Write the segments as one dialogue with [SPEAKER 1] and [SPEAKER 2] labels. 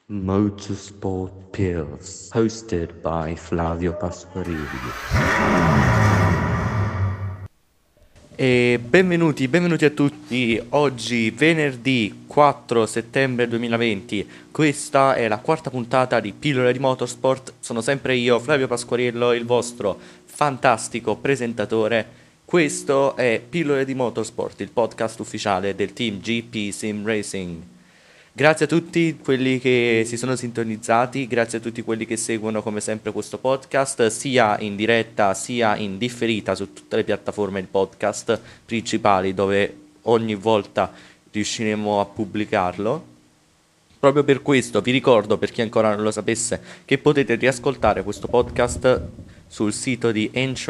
[SPEAKER 1] Motorsport Pills, hosted by Flavio Pasquarelli. E benvenuti a tutti. Oggi venerdì 4 settembre 2020. Questa è la quarta puntata di Pillole di Motorsport. Sono sempre io, Flavio Pasquariello, il vostro fantastico presentatore. Questo è Pillole di Motorsport, il podcast ufficiale del team GP Sim Racing. Grazie a tutti quelli che si sono sintonizzati, grazie a tutti quelli che seguono come sempre questo podcast, sia in diretta sia in differita su tutte le piattaforme di podcast principali dove ogni volta riusciremo a pubblicarlo. Proprio per questo vi ricordo, per chi ancora non lo sapesse, che potete riascoltare questo podcast sul sito di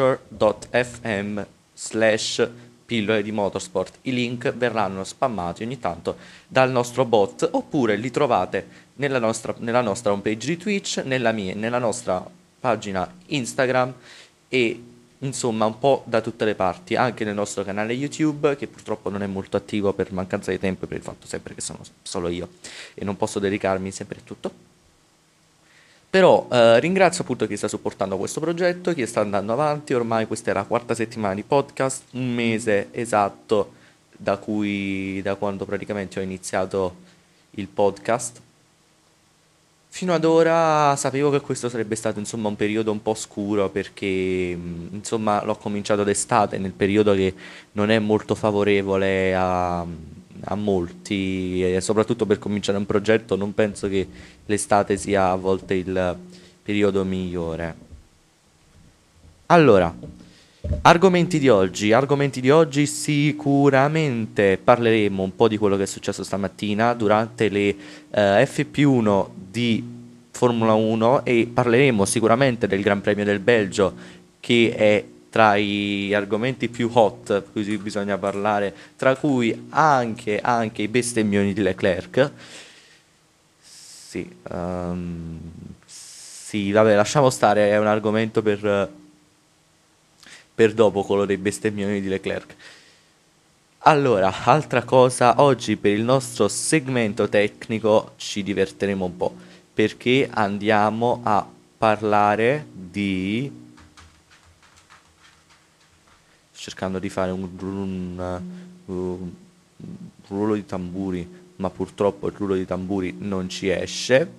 [SPEAKER 1] anchor.fm/pillole di motorsport. I link verranno spammati ogni tanto dal nostro bot, oppure li trovate nella nostra homepage di Twitch, nella nostra pagina Instagram e insomma un po' da tutte le parti, anche nel nostro canale YouTube, che purtroppo non è molto attivo per mancanza di tempo e per il fatto sempre che sono solo io e non posso dedicarmi sempre a tutto. Però ringrazio appunto chi sta supportando questo progetto, chi sta andando avanti. Ormai questa è la quarta settimana di podcast, un mese esatto da quando praticamente ho iniziato il podcast. Fino ad ora sapevo che questo sarebbe stato insomma un periodo un po' scuro perché insomma l'ho cominciato d'estate, nel periodo che non è molto favorevole a molti, e soprattutto per cominciare un progetto non penso che l'estate sia a volte il periodo migliore. Allora, argomenti di oggi sicuramente parleremo un po' di quello che è successo stamattina durante le FP1 di Formula 1 e parleremo sicuramente del Gran Premio del Belgio, che è tra gli argomenti più hot, così bisogna parlare, tra cui anche i bestemmioni di Leclerc. Sì, sì, vabbè, lasciamo stare, è un argomento per dopo quello dei bestemmioni di Leclerc. Allora, altra cosa, oggi per il nostro segmento tecnico ci divertiremo un po' perché andiamo a parlare di... Sto cercando di fare un rullo di tamburi, ma purtroppo il rullo di tamburi non ci esce.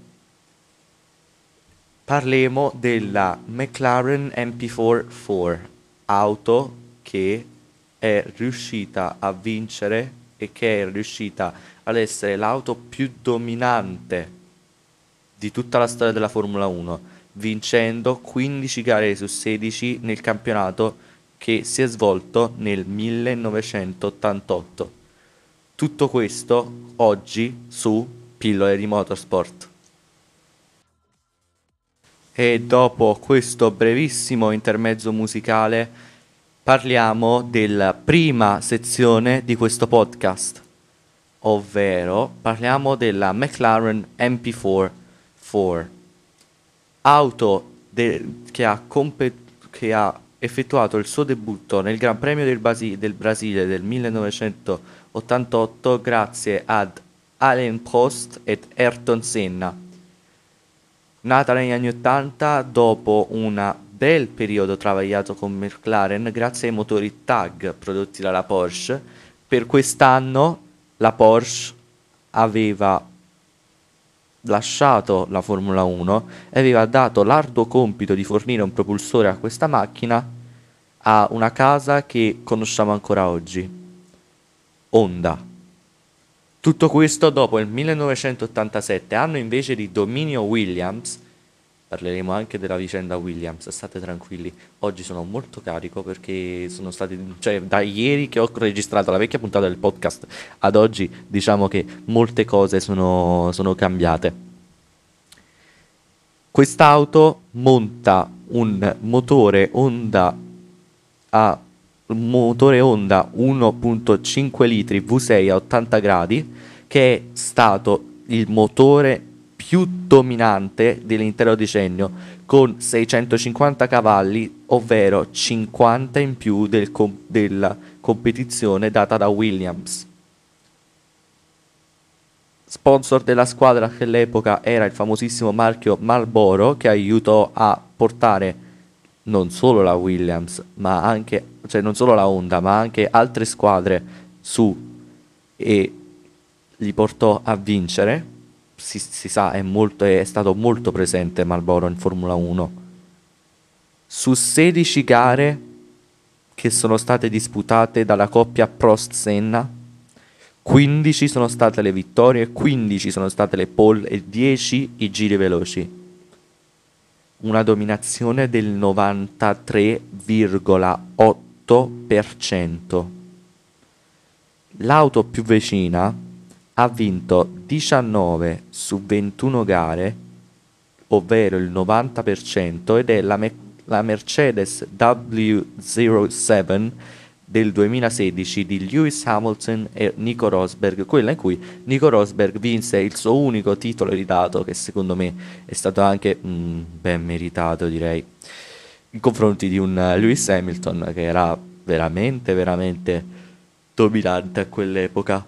[SPEAKER 1] Parliamo della McLaren MP4, auto che è riuscita a vincere e che è riuscita ad essere l'auto più dominante di tutta la storia della Formula 1, vincendo 15 gare su 16 nel campionato che si è svolto nel 1988. Tutto questo oggi su Pillole di Motorsport. E dopo questo brevissimo intermezzo musicale parliamo della prima sezione di questo podcast, ovvero parliamo della McLaren MP4, che ha effettuato il suo debutto nel Gran Premio del Brasile del 1988 grazie ad Alain Prost ed Ayrton Senna. Nata negli anni 80 dopo un bel periodo travagliato con McLaren grazie ai motori TAG prodotti dalla Porsche, per quest'anno la Porsche aveva lasciato la Formula 1 e aveva dato l'arduo compito di fornire un propulsore a questa macchina a una casa che conosciamo ancora oggi, Honda. Tutto questo dopo il 1987, anno invece di dominio Williams. Parleremo anche della vicenda Williams, state tranquilli. Oggi sono molto carico perché sono stati, cioè da ieri che ho registrato la vecchia puntata del podcast ad oggi, diciamo che molte cose sono cambiate. Quest'auto monta un motore Honda 1.5 litri V6 a 80 gradi, che è stato il motore più dominante dell'intero decennio, con 650 cavalli, ovvero 50 in più della competizione data da Williams. sponsor della squadra che all'epoca era il famosissimo marchio Marlboro, che aiutò a portare non solo la Williams, ma anche, cioè non solo la Honda, ma anche altre squadre su e li portò a vincere. Si sa, è stato molto presente Marlboro in Formula 1. Su 16 gare che sono state disputate dalla coppia Prost-Senna, 15 sono state le vittorie, 15 sono state le pole e 10 i giri veloci. Una dominazione del 93,8%. L'auto più vicina ha vinto 19 su 21 gare, ovvero il 90%, ed è la Mercedes W07 del 2016 di Lewis Hamilton e Nico Rosberg, quella in cui Nico Rosberg vinse il suo unico titolo eritato, che secondo me è stato anche ben meritato, direi, in confronti di un Lewis Hamilton che era veramente, veramente dominante a quell'epoca.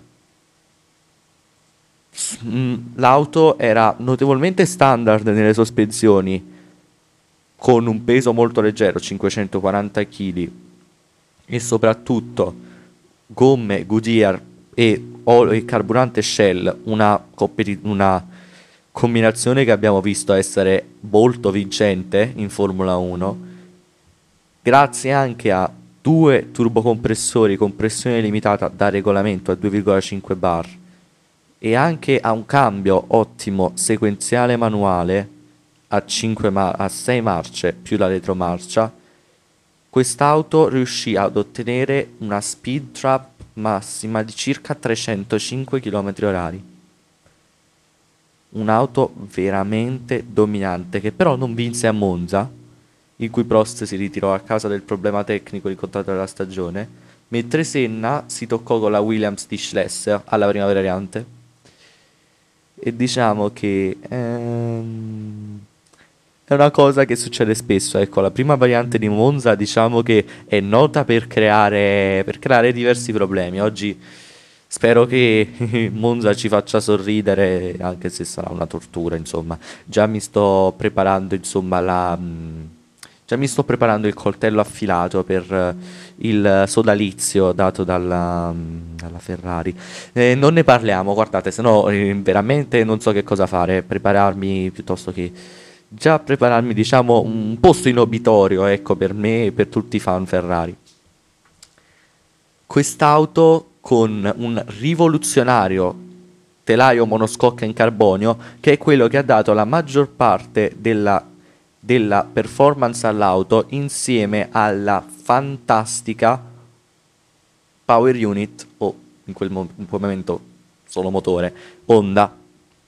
[SPEAKER 1] L'auto era notevolmente standard nelle sospensioni, con un peso molto leggero, 540 kg, e soprattutto gomme Goodyear e carburante Shell, una combinazione che abbiamo visto essere molto vincente in Formula 1, grazie anche a due turbocompressori compressione limitata da regolamento a 2,5 bar e anche a un cambio ottimo sequenziale manuale a 6 marce più la retromarcia. Quest'auto riuscì ad ottenere una speed trap massima di circa 305 km/h. Un'auto veramente dominante che però non vinse a Monza, in cui Prost si ritirò a causa del problema tecnico riscontrato della stagione, mentre Senna si toccò con la Williams di Schlesser alla prima variante. E diciamo che è una cosa che succede spesso, ecco, la prima variante di Monza diciamo che è nota per creare diversi problemi. Oggi spero che Monza ci faccia sorridere, anche se sarà una tortura, insomma. Già mi sto preparando, insomma, già mi sto preparando il coltello affilato per il sodalizio dato dalla Ferrari. Non ne parliamo, guardate, se no veramente non so che cosa fare, prepararmi piuttosto che già prepararmi, diciamo, un posto in obitorio, ecco, per me e per tutti i fan Ferrari. Quest'auto con un rivoluzionario telaio monoscocca in carbonio, che è quello che ha dato la maggior parte della performance all'auto, insieme alla fantastica power unit, o in quel momento solo motore, Honda.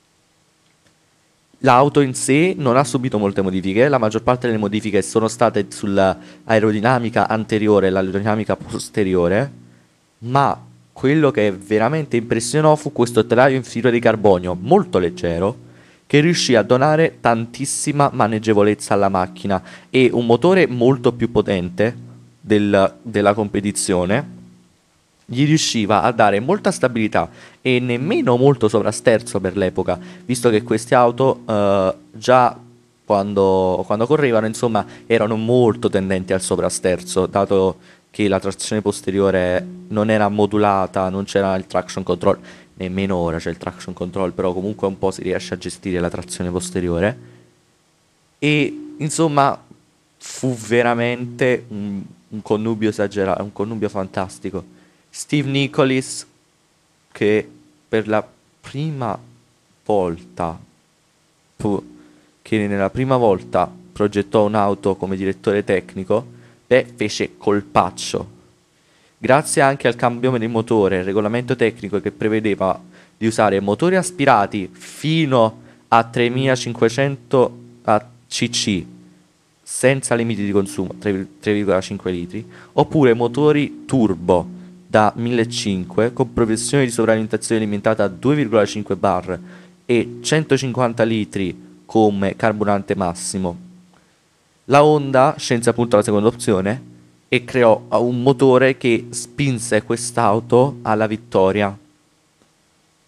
[SPEAKER 1] L'auto in sé non ha subito molte modifiche, la maggior parte delle modifiche sono state sull'aerodinamica anteriore e l'aerodinamica posteriore, ma quello che veramente impressionò fu questo telaio in fibra di carbonio molto leggero, che riuscì a donare tantissima maneggevolezza alla macchina e un motore molto più potente della competizione gli riusciva a dare molta stabilità e nemmeno molto sovrasterzo per l'epoca, visto che queste auto già quando correvano, insomma, erano molto tendenti al sovrasterzo, dato che la trazione posteriore non era modulata, non c'era il traction control, nemmeno ora c'è il traction control, però comunque un po' si riesce a gestire la trazione posteriore. E insomma fu veramente un connubio esagerato, un connubio fantastico. Steve Nicholis, che per la prima volta che nella prima volta progettò un'auto come direttore tecnico, fece colpaccio. Grazie anche al cambio del motore, il regolamento tecnico che prevedeva di usare motori aspirati fino a 3500 cc senza limiti di consumo, 3,5 litri, oppure motori turbo da 1500 con progressione di sovralimentazione limitata a 2,5 bar e 150 litri come carburante massimo. La Honda scelse appunto la seconda opzione e creò un motore che spinse quest'auto alla vittoria.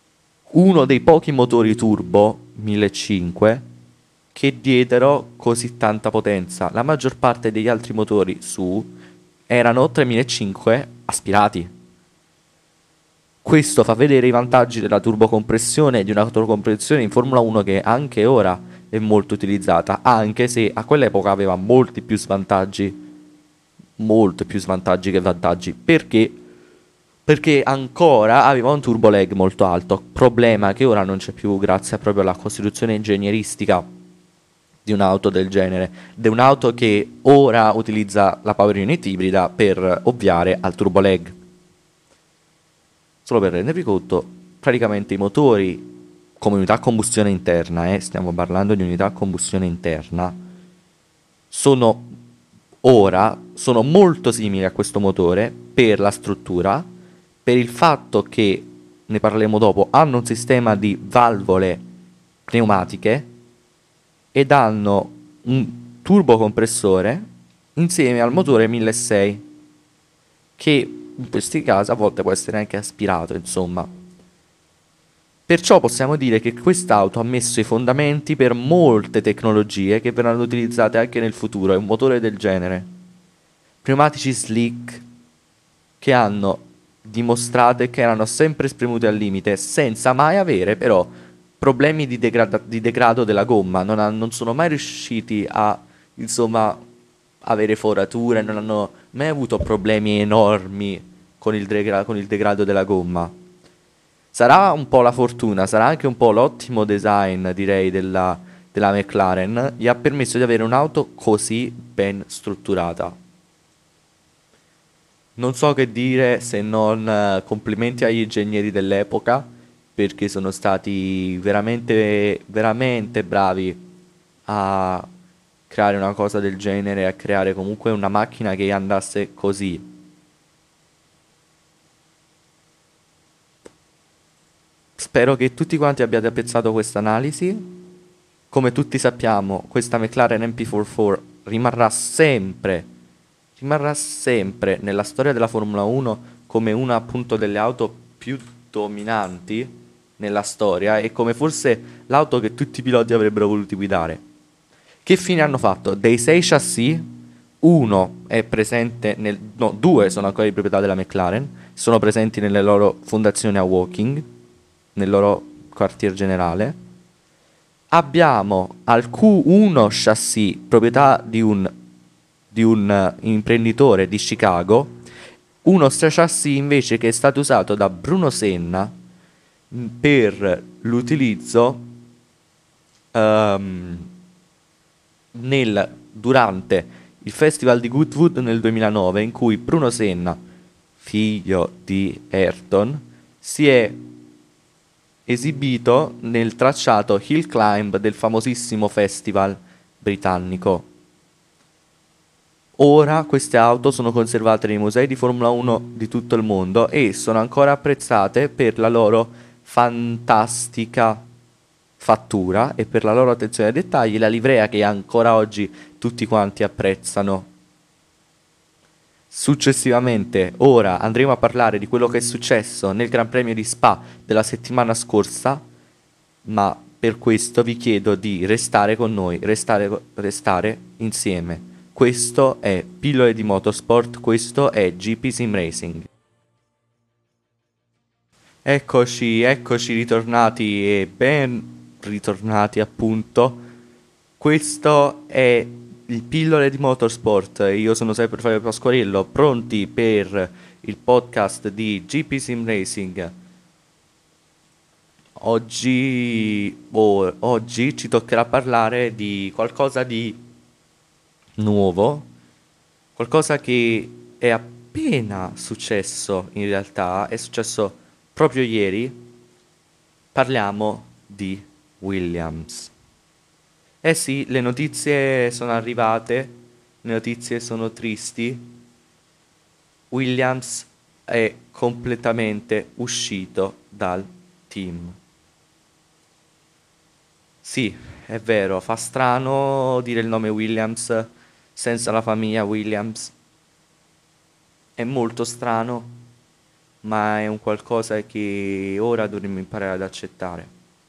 [SPEAKER 1] uno dei pochi motori turbo 1500 che diedero così tanta potenza. La maggior parte degli altri motori su erano 3500 aspirati. Questo fa vedere i vantaggi della turbocompressione e di una turbocompressione in Formula 1 che anche ora è molto utilizzata, anche se a quell'epoca aveva molti più svantaggi che vantaggi. Perché? Perché ancora aveva un turbo lag molto alto, problema che ora non c'è più grazie proprio alla costruzione ingegneristica di un'auto del genere, di un'auto che ora utilizza la power unit ibrida per ovviare al turbo lag. Solo per rendervi conto, praticamente i motori come unità a combustione interna, stiamo parlando di unità a combustione interna, sono sono molto simili a questo motore per la struttura, per il fatto che, ne parleremo dopo, hanno un sistema di valvole pneumatiche ed hanno un turbocompressore insieme al motore 1600 che in questi casi a volte può essere anche aspirato, insomma. Perciò possiamo dire che quest'auto ha messo i fondamenti per molte tecnologie che verranno utilizzate anche nel futuro. È un motore del genere. Pneumatici slick che hanno dimostrato che erano sempre spremuti al limite senza mai avere però problemi di degrado della gomma. Non sono mai riusciti a, insomma, avere forature, non hanno mai avuto problemi enormi con con il degrado della gomma. Sarà un po' la fortuna, sarà anche un po' l'ottimo design, direi, della McLaren, gli ha permesso di avere un'auto così ben strutturata. Non so che dire se non complimenti agli ingegneri dell'epoca, perché sono stati veramente, veramente bravi a creare una cosa del genere, a creare comunque una macchina che andasse così. Spero che tutti quanti abbiate apprezzato questa analisi. Come tutti sappiamo, questa McLaren MP44 rimarrà sempre nella storia della Formula 1 come una appunto delle auto più dominanti nella storia e come forse l'auto che tutti i piloti avrebbero voluto guidare. Che fine hanno fatto? Dei 6 chassis, uno è presente no, due sono ancora di proprietà della McLaren, sono presenti nelle loro fondazioni a Woking, nel loro quartier generale. Abbiamo al Q1 chassis, proprietà di un imprenditore di Chicago, uno chassis invece che è stato usato da Bruno Senna per l'utilizzo ehm, durante il Festival di Goodwood nel 2009, in cui Bruno Senna, figlio di Ayrton, si è esibito nel tracciato Hill Climb del famosissimo festival britannico. Ora queste auto sono conservate nei musei di Formula 1 di tutto il mondo e sono ancora apprezzate per la loro fantastica fattura e per la loro attenzione ai dettagli, la livrea che ancora oggi tutti quanti apprezzano. Successivamente, ora andremo a parlare di quello che è successo nel Gran Premio di Spa della settimana scorsa, ma per questo vi chiedo di restare con noi, restare insieme. Questo è Pillole di Motorsport, questo è GP Sim Racing. Eccoci ritornati e ben ritornati appunto. Questo è il Pillole di Motorsport. Io sono sempre Fabio Pasquarello, pronti per il podcast di GP Sim Racing. Oggi ci toccherà parlare di qualcosa di nuovo, qualcosa che è appena successo in realtà, è successo proprio ieri. Parliamo di Williams. Eh sì, le notizie sono arrivate, le notizie sono tristi. Williams è completamente uscito dal team. Sì, è vero, fa strano dire il nome Williams senza la famiglia Williams. È molto strano, ma è un qualcosa che ora dovremmo imparare ad accettare.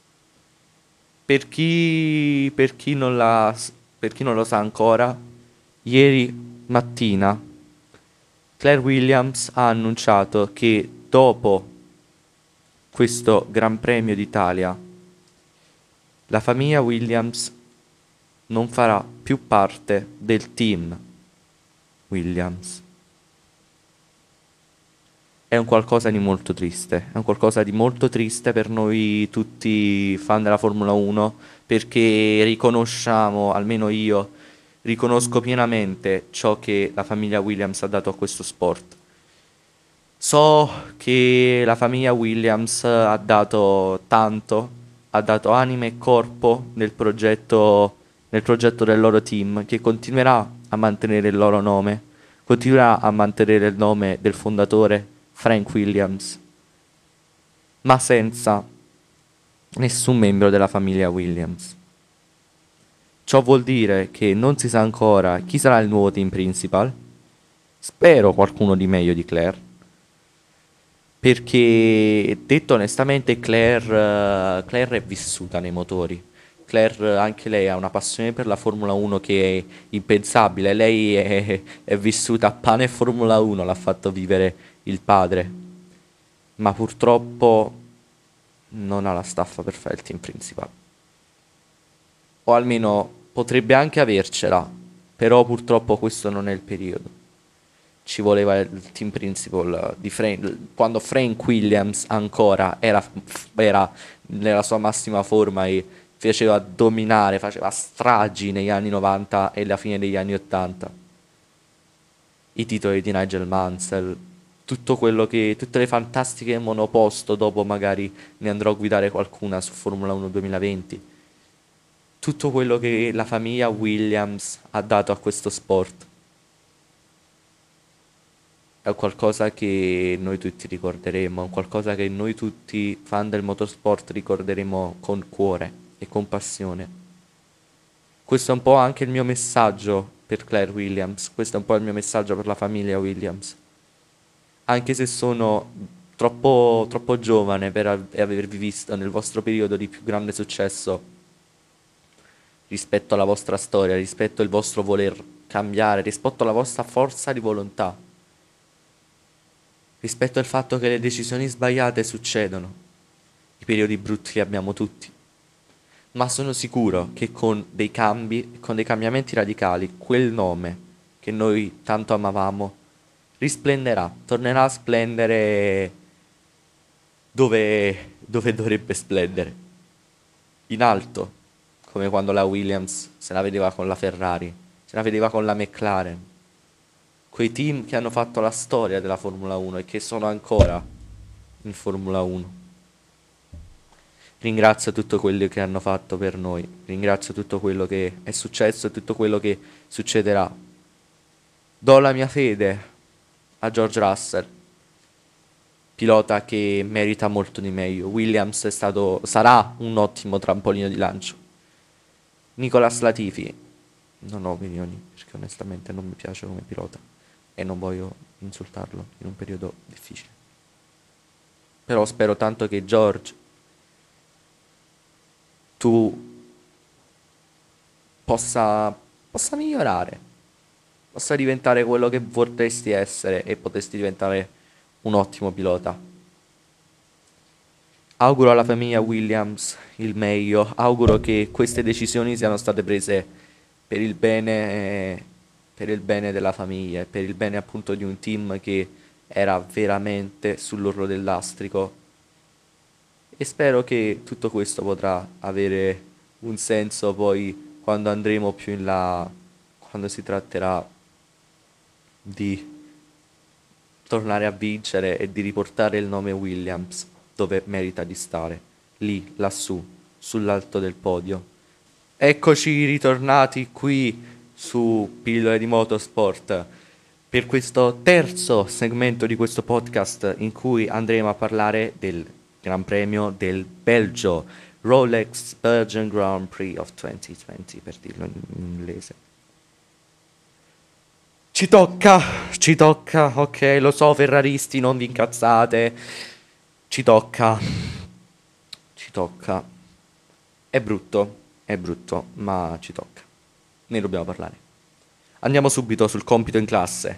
[SPEAKER 1] Per chi non lo sa ancora, ieri mattina Claire Williams ha annunciato che dopo questo Gran Premio d'Italia la famiglia Williams non farà più parte del team Williams. È un qualcosa di molto triste, è un qualcosa di molto triste per noi tutti fan della Formula 1 perché riconosciamo, almeno io, riconosco pienamente ciò che la famiglia Williams ha dato a questo sport. So che la famiglia Williams ha dato tanto, ha dato anima e corpo nel progetto del loro team, che continuerà a mantenere il loro nome, continuerà a mantenere il nome del fondatore Frank Williams, ma senza nessun membro della famiglia Williams. Ciò vuol dire che non si sa ancora chi sarà il nuovo team principal. Spero qualcuno di meglio di Claire. Perché, detto onestamente, Claire è vissuta nei motori. Claire, anche lei ha una passione per la Formula 1 che è impensabile. È vissuta a pane e Formula 1, l'ha fatto vivere il padre. Ma purtroppo non ha la staffa per fare il team principale. O almeno potrebbe anche avercela, però purtroppo questo non è il periodo. Ci voleva il team principal di quando Frank Williams ancora era nella sua massima forma e faceva dominare, faceva stragi negli anni 90 e alla fine degli anni 80. I titoli di Nigel Mansell, tutte le fantastiche monoposto, dopo magari ne andrò a guidare qualcuna su Formula 1 2020. Tutto quello che la famiglia Williams ha dato a questo sport. È un qualcosa che noi tutti ricorderemo, è un qualcosa che noi tutti fan del motorsport ricorderemo con cuore e con passione. Questo è un po' anche il mio messaggio per Claire Williams, questo è un po' il mio messaggio per la famiglia Williams. Anche se sono troppo giovane per avervi visto nel vostro periodo di più grande successo rispetto alla vostra storia, rispetto al vostro voler cambiare, rispetto alla vostra forza di volontà. Rispetto al fatto che le decisioni sbagliate succedono, i periodi brutti li abbiamo tutti, ma sono sicuro che con dei cambi, con dei cambiamenti radicali, quel nome che noi tanto amavamo risplenderà, tornerà a splendere dove dovrebbe splendere, in alto, come quando la Williams se la vedeva con la Ferrari, se la vedeva con la McLaren, quei team che hanno fatto la storia della Formula 1 e che sono ancora in Formula 1. Ringrazio tutto quello che hanno fatto per noi, ringrazio tutto quello che è successo e tutto quello che succederà. Do la mia fede a George Russell, pilota che merita molto di meglio. Williams sarà un ottimo trampolino di lancio. Nicolas Latifi, non ho opinioni, perché onestamente non mi piace come pilota e non voglio insultarlo in un periodo difficile. Però spero tanto che George, tu possa migliorare, possa diventare quello che vorresti essere e potresti diventare un ottimo pilota. Auguro alla famiglia Williams il meglio, auguro che queste decisioni siano state prese per per il bene della famiglia, e per il bene appunto di un team che era veramente sull'orlo del lastrico. E spero che tutto questo potrà avere un senso poi quando andremo più in là, quando si tratterà di tornare a vincere e di riportare il nome Williams dove merita di stare, lì, lassù, sull'alto del podio. Eccoci ritornati qui su Pillole di Motorsport per questo terzo segmento di questo podcast in cui andremo a parlare del Gran Premio del Belgio, Rolex Belgian Grand Prix of 2020 per dirlo in inglese. ci tocca, ok, lo so, ferraristi, non vi incazzate, ci tocca, ci tocca. È brutto, ma ci tocca. Ne dobbiamo parlare. Andiamo subito sul compito in classe.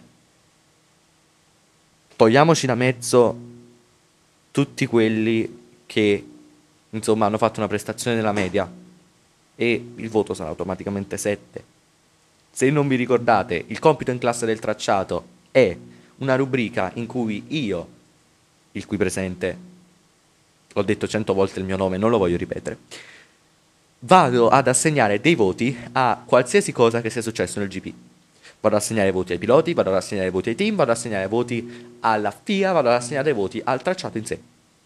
[SPEAKER 1] Togliamoci da mezzo tutti quelli che, insomma, hanno fatto una prestazione nella media e il voto sarà automaticamente 7. Se non vi ricordate, il compito in classe del tracciato è una rubrica in cui io, il qui presente, ho detto 100 volte il mio nome, non lo voglio ripetere, vado ad assegnare dei voti a qualsiasi cosa che sia successo nel GP. Vado ad assegnare voti ai piloti, vado ad assegnare voti ai team, vado ad assegnare voti alla FIA, vado ad assegnare voti al tracciato in sé.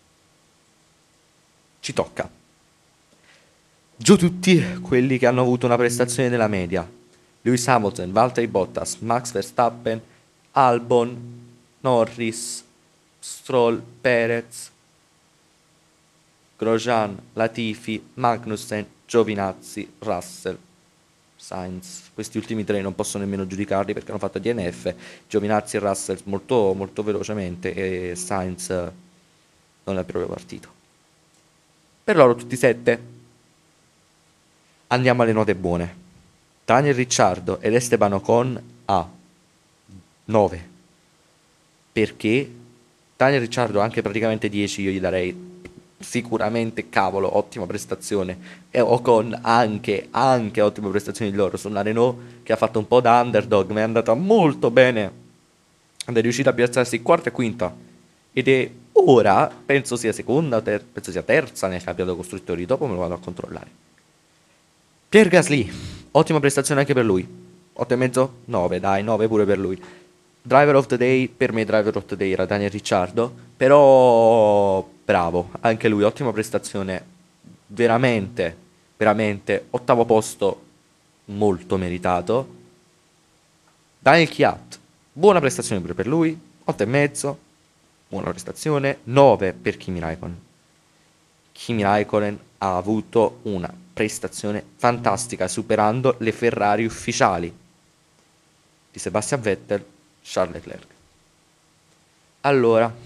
[SPEAKER 1] Ci tocca. Giù tutti quelli che hanno avuto una prestazione nella media. Lewis Hamilton, Valtteri Bottas, Max Verstappen, Albon, Norris, Stroll, Perez, Grosjean, Latifi, Magnussen, Giovinazzi, Russell, Sainz. Questi ultimi tre non posso nemmeno giudicarli perché hanno fatto DNF. Giovinazzi e Russell molto, molto velocemente e Sainz non è proprio partito. Per loro tutti 7. Andiamo alle note buone. Daniel Ricciardo ed Esteban Ocon a 9. Perché Daniel Ricciardo anche praticamente 10 io gli darei. Sicuramente, cavolo, ottima prestazione. E Ocon anche ottima prestazione di loro. Su una Renault che ha fatto un po' da underdog, ma è andata molto bene. Ed è riuscita a piazzarsi quarta e quinta. Ed è ora, penso sia seconda, penso sia terza nel campionato costruttori. Dopo me lo vado a controllare. Pierre Gasly, ottima prestazione anche per lui. 8,5? 9, dai, 9 pure per lui. Driver of the Day, per me Driver of the Day era Daniel Ricciardo, però bravo, anche lui, ottima prestazione, veramente, veramente, ottavo posto, molto meritato. Daniel Kvyat, buona prestazione pure per lui, 8,5, buona prestazione, 9 per Kimi Raikkonen. Kimi Raikkonen ha avuto una prestazione fantastica, superando le Ferrari ufficiali di Sebastian Vettel, Charles Leclerc. Allora,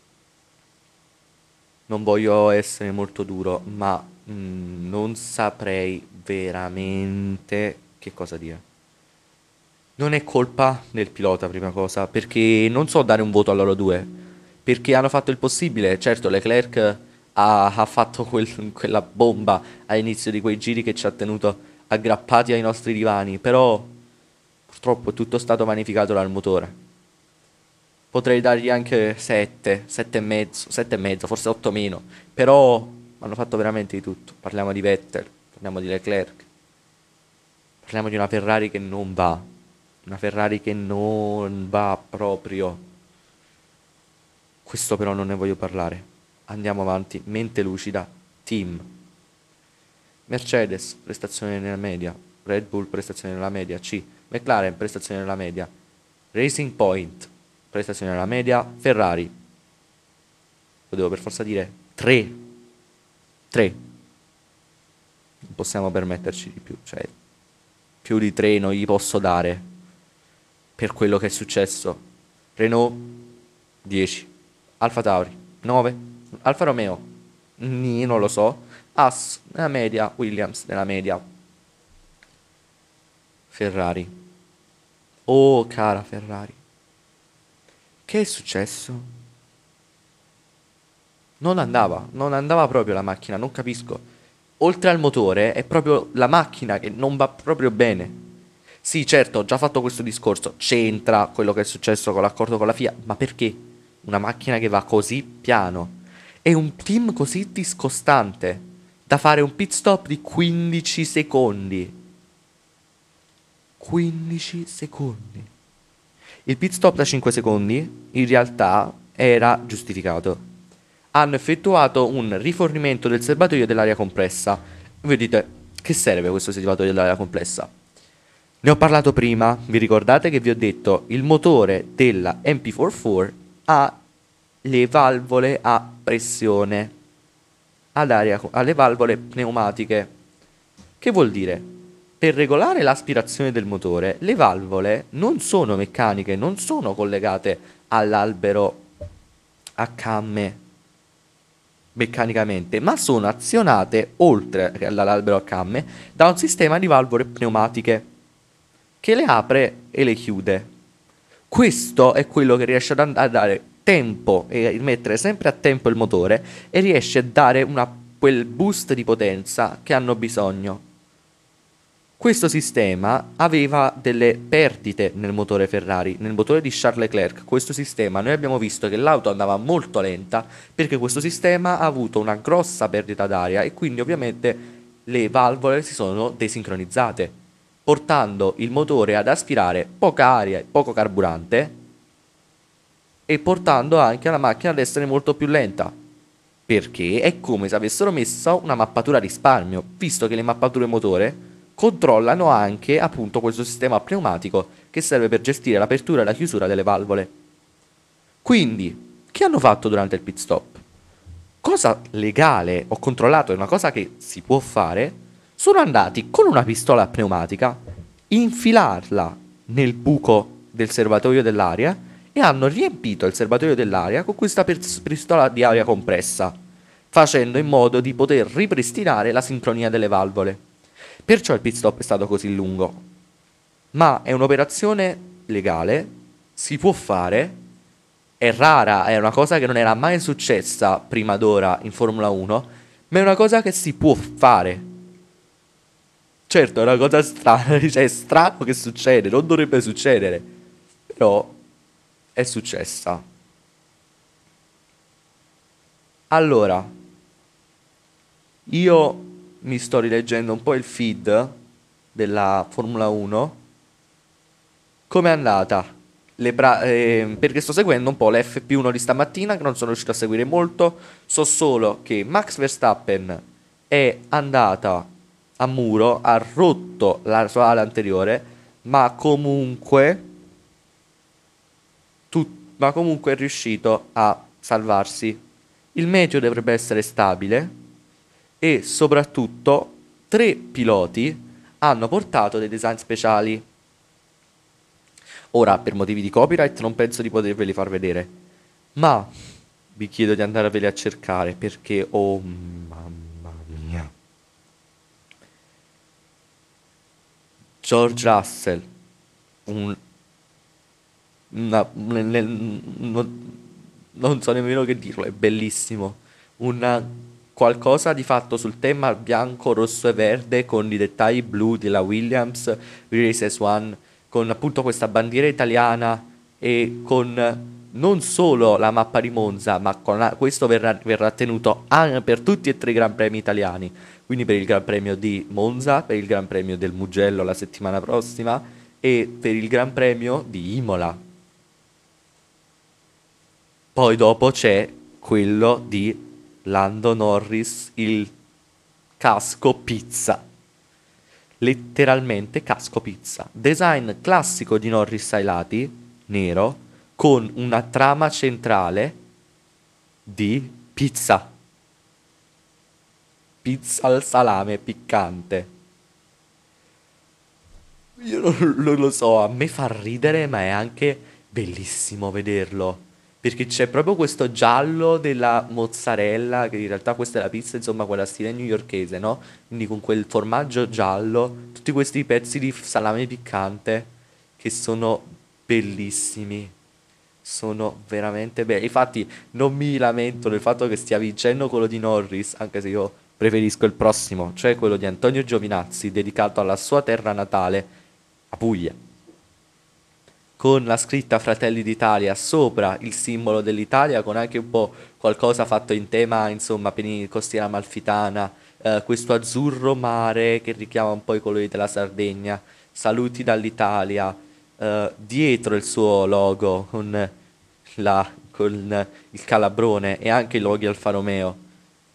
[SPEAKER 1] non voglio essere molto duro, ma non saprei veramente che cosa dire. Non è colpa del pilota, prima cosa, perché non so dare un voto a loro due, perché hanno fatto il possibile. Certo, Leclerc ha fatto quella bomba all'inizio di quei giri che ci ha tenuto aggrappati ai nostri divani, però purtroppo è tutto stato vanificato dal motore. Potrei dargli anche 7, 7,5, 7,5, forse 8 meno, però hanno fatto veramente di tutto. Parliamo di Vettel, parliamo di Leclerc, parliamo di una Ferrari che non va, una Ferrari che non va proprio. Questo però non ne voglio parlare. Andiamo avanti, mente lucida, team. Mercedes, prestazione nella media. Red Bull, prestazione nella media. C. McLaren, prestazione nella media. Racing Point, prestazione nella media. Ferrari, lo devo per forza dire, 3. 3. Non possiamo permetterci di più, cioè più di 3 non gli posso dare per quello che è successo. Renault, 10. Alfa Tauri, 9. Alfa Romeo, non lo so. Haas nella media, Williams nella media. Ferrari. Oh, cara Ferrari. Che è successo? Non andava proprio la macchina, non capisco. Oltre al motore, è proprio la macchina che non va proprio bene. Sì, certo, ho già fatto questo discorso. C'entra quello che è successo con l'accordo con la FIA, ma perché? Una macchina che va così piano e un team così discostante da fare un pit stop di 15 secondi. 15 secondi. Il pit stop da 5 secondi in realtà era giustificato. Hanno effettuato un rifornimento del serbatoio dell'aria compressa. Voi dite, che serve questo serbatoio dell'aria compressa? Ne ho parlato prima, vi ricordate che vi ho detto il motore della MP44 ha le valvole a pressione, ad aria, ha le valvole pneumatiche. Che vuol dire? per regolare l'aspirazione del motore, le valvole non sono meccaniche, non sono collegate all'albero a camme meccanicamente, ma sono azionate, oltre che all'albero a camme, da un sistema di valvole pneumatiche che le apre e le chiude. Questo è quello che riesce a dare tempo e mettere sempre a tempo il motore e riesce a dare quel boost di potenza che hanno bisogno. Questo sistema aveva delle perdite nel motore Ferrari, nel motore di Charles Leclerc. Questo sistema, noi abbiamo visto che l'auto andava molto lenta perché questo sistema ha avuto una grossa perdita d'aria e quindi ovviamente le valvole si sono desincronizzate, portando il motore ad aspirare poca aria e poco carburante e portando anche la macchina ad essere molto più lenta. Perché è come se avessero messo una mappatura a risparmio, visto che le mappature motore controllano anche appunto questo sistema pneumatico che serve per gestire l'apertura e la chiusura delle valvole. Quindi, che hanno fatto durante il pit stop? Cosa legale, ho controllato, è una cosa che si può fare, sono andati con una pistola pneumatica, infilarla nel buco del serbatoio dell'aria e hanno riempito il serbatoio dell'aria con questa pistola di aria compressa, facendo in modo di poter ripristinare la sincronia delle valvole. Perciò il pit stop è stato così lungo. Ma è un'operazione legale, si può fare, è rara, è una cosa che non era mai successa prima d'ora in Formula 1, ma è una cosa che si può fare. Certo, è una cosa strana, cioè è strano che succede, non dovrebbe succedere, però è successa. Allora, io mi sto rileggendo un po' il feed della Formula 1. Com'è andata? Perché sto seguendo un po' l'FP1 di stamattina, che non sono riuscito a seguire molto. So solo che Max Verstappen è andata a muro, ha rotto la sua ala anteriore, ma comunque, ma comunque è riuscito a salvarsi. Il meteo dovrebbe essere stabile e soprattutto 3 piloti hanno portato dei design speciali. Ora, per motivi di copyright, non penso di poterveli far vedere, ma vi chiedo di andarveli a cercare perché, oh mamma mia. George Russell, un, non so nemmeno che dirlo, è bellissimo. Un qualcosa di fatto sul tema bianco, rosso e verde con i dettagli blu della Williams, Race S1, con appunto questa bandiera italiana e con non solo la mappa di Monza, ma questo verrà tenuto per tutti e tre i Gran Premi italiani. Quindi per il Gran Premio di Monza, per il Gran Premio del Mugello la settimana prossima e per il Gran Premio di Imola. Poi dopo c'è quello di Lando Norris, il casco pizza. Letteralmente casco pizza. Design classico di Norris ai lati, nero, con una trama centrale di pizza. Pizza al salame piccante. Io non lo so, a me fa ridere, ma è anche bellissimo vederlo. Perché c'è proprio questo giallo della mozzarella, che in realtà questa è la pizza, insomma, quella stile newyorkese, no? Quindi con quel formaggio giallo, tutti questi pezzi di salame piccante che sono bellissimi. Sono veramente belli. Infatti non mi lamento del fatto che stia vincendo quello di Norris, anche se io preferisco il prossimo, cioè quello di Antonio Giovinazzi, dedicato alla sua terra natale, a Puglia, con la scritta Fratelli d'Italia sopra il simbolo dell'Italia, con anche un po' qualcosa fatto in tema, insomma, costiera amalfitana, questo azzurro mare che richiama un po' i colori della Sardegna, saluti dall'Italia, dietro il suo logo con il calabrone e anche i loghi Alfa Romeo.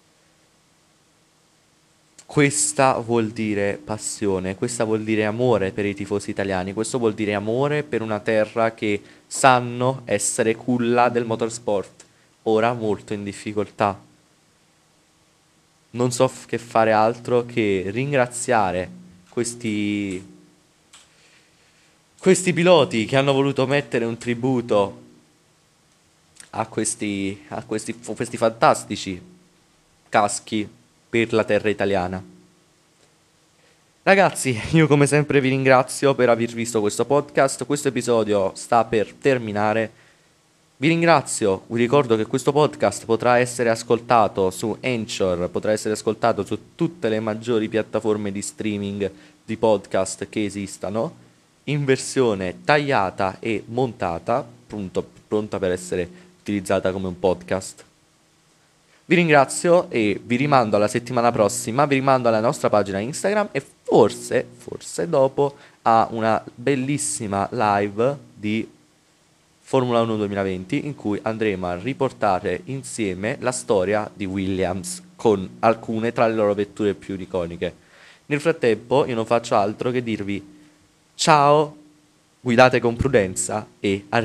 [SPEAKER 1] Questa vuol dire passione, questa vuol dire amore per i tifosi italiani, questo vuol dire amore per una terra che sanno essere culla del motorsport, ora molto in difficoltà. Non so che fare altro che ringraziare questi piloti che hanno voluto mettere un tributo a questi fantastici caschi per la terra italiana. Ragazzi, io come sempre vi ringrazio per aver visto questo podcast. Questo episodio sta per terminare. Vi ringrazio, vi ricordo che questo podcast potrà essere ascoltato su Anchor, potrà essere ascoltato su tutte le maggiori piattaforme di streaming di podcast che esistano, in versione tagliata e montata, pronta per essere utilizzata come un podcast. Vi ringrazio e vi rimando alla settimana prossima, vi rimando alla nostra pagina Instagram e forse dopo a una bellissima live di Formula 1 2020 in cui andremo a riportare insieme la storia di Williams con alcune tra le loro vetture più iconiche. Nel frattempo io non faccio altro che dirvi ciao, guidate con prudenza e arrivederci.